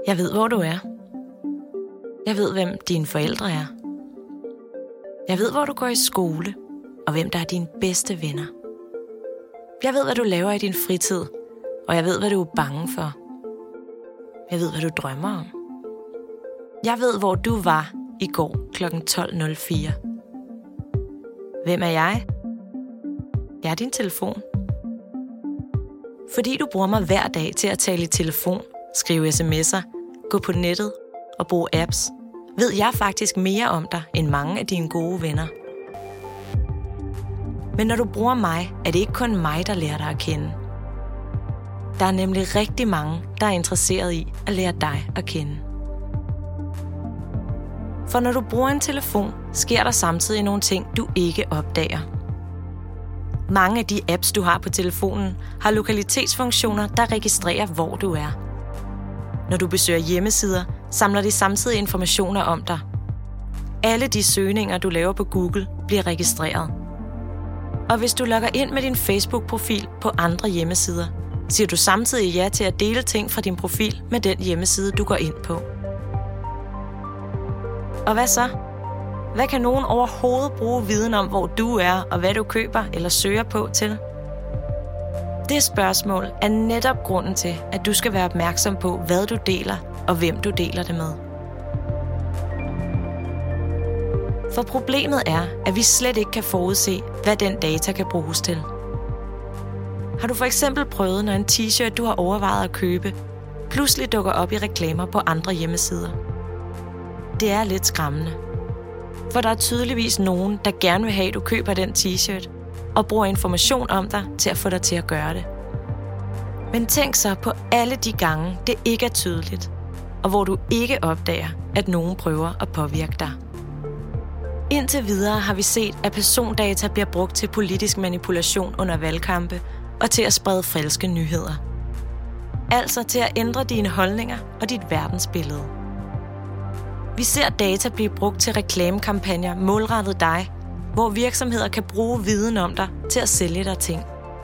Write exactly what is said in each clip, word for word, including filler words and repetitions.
Jeg ved, hvor du er. Jeg ved, hvem dine forældre er. Jeg ved, hvor du går i skole, og hvem der er dine bedste venner. Jeg ved, hvad du laver i din fritid, og jeg ved, hvad du er bange for. Jeg ved, hvad du drømmer om. Jeg ved, hvor du var i går klokken tolv nul fire. Hvem er jeg? Jeg er din telefon. Fordi du bruger mig hver dag til at tale i telefon, skrive sms'er, gå på nettet og bruge apps, ved jeg faktisk mere om dig end mange af dine gode venner. Men når du bruger mig, er det ikke kun mig, der lærer dig at kende. Der er nemlig rigtig mange, der er interesseret i at lære dig at kende. For når du bruger en telefon, sker der samtidig nogle ting, du ikke opdager. Mange af de apps, du har på telefonen, har lokalitetsfunktioner, der registrerer, hvor du er. Når du besøger hjemmesider, samler de samtidig informationer om dig. Alle de søgninger, du laver på Google, bliver registreret. Og hvis du logger ind med din Facebook-profil på andre hjemmesider, siger du samtidig ja til at dele ting fra din profil med den hjemmeside, du går ind på. Og hvad så? Hvad kan nogen overhovedet bruge viden om, hvor du er og hvad du køber eller søger på til? Det spørgsmål er netop grunden til, at du skal være opmærksom på, hvad du deler og hvem du deler det med. For problemet er, at vi slet ikke kan forudse, hvad den data kan bruges til. Har du for eksempel prøvet, når en t-shirt, du har overvejet at købe, pludselig dukker op i reklamer på andre hjemmesider? Det er lidt skræmmende. For der er tydeligvis nogen, der gerne vil have, at du køber den t-shirt, og bruger information om dig til at få dig til at gøre det. Men tænk så på alle de gange, det ikke er tydeligt, og hvor du ikke opdager, at nogen prøver at påvirke dig. Indtil videre har vi set, at persondata bliver brugt til politisk manipulation under valgkampe og til at sprede falske nyheder. Altså til at ændre dine holdninger og dit verdensbillede. Vi ser data blive brugt til reklamekampagner målrettet dig, hvor virksomheder kan bruge viden om dig til at sælge dig ting.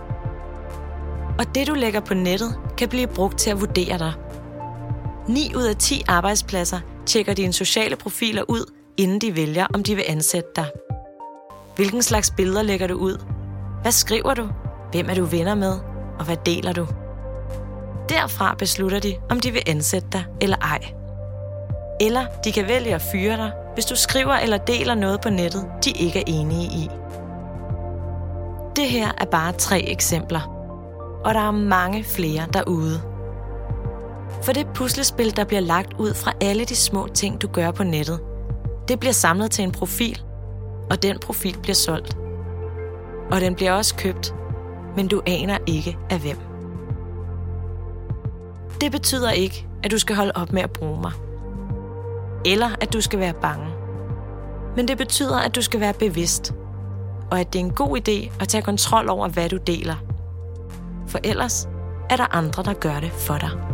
Og det, du lægger på nettet, kan blive brugt til at vurdere dig. ni ud af ti arbejdspladser tjekker dine sociale profiler ud, inden de vælger, om de vil ansætte dig. Hvilken slags billeder lægger du ud? Hvad skriver du? Hvem er du venner med? Og hvad deler du? Derfra beslutter de, om de vil ansætte dig eller ej. Eller de kan vælge at fyre dig, hvis du skriver eller deler noget på nettet, de ikke er enige i. Det her er bare tre eksempler, og der er mange flere derude. For det puslespil, der bliver lagt ud fra alle de små ting, du gør på nettet, det bliver samlet til en profil, og den profil bliver solgt. Og den bliver også købt, men du aner ikke af hvem. Det betyder ikke, at du skal holde op med at bruge mig. Eller at du skal være bange. Men det betyder, at du skal være bevidst, og at det er en god idé at tage kontrol over, hvad du deler. For ellers er der andre, der gør det for dig.